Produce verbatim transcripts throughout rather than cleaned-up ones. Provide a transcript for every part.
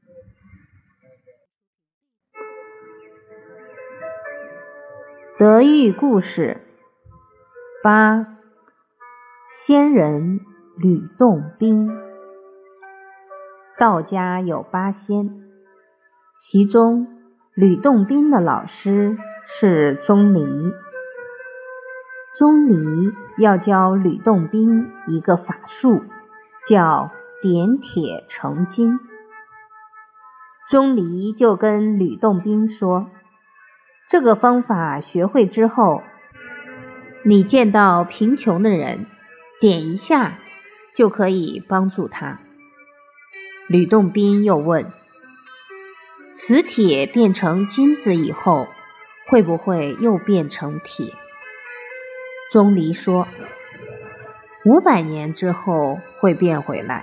德育故事八，仙人吕洞宾。道家有八仙，其中吕洞宾的老师是钟离。钟离要教吕洞宾一个法术，叫点铁成金。钟离就跟吕洞宾说，这个方法学会之后，你见到贫穷的人，点一下就可以帮助他。吕洞宾又问，磁铁变成金子以后，会不会又变成铁？钟离说，五百年之后会变回来。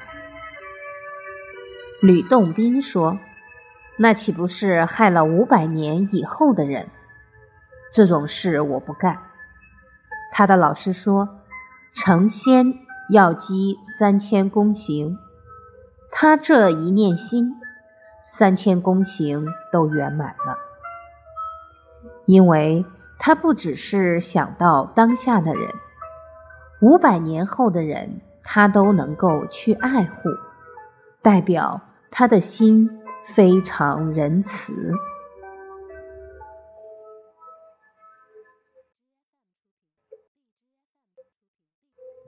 吕洞宾说，那岂不是害了五百年以后的人？这种事我不干。他的老师说，成仙要积三千功行，他这一念心，三千功行都圆满了。因为他不只是想到当下的人，五百年后的人他都能够去爱护，代表他的心非常仁慈。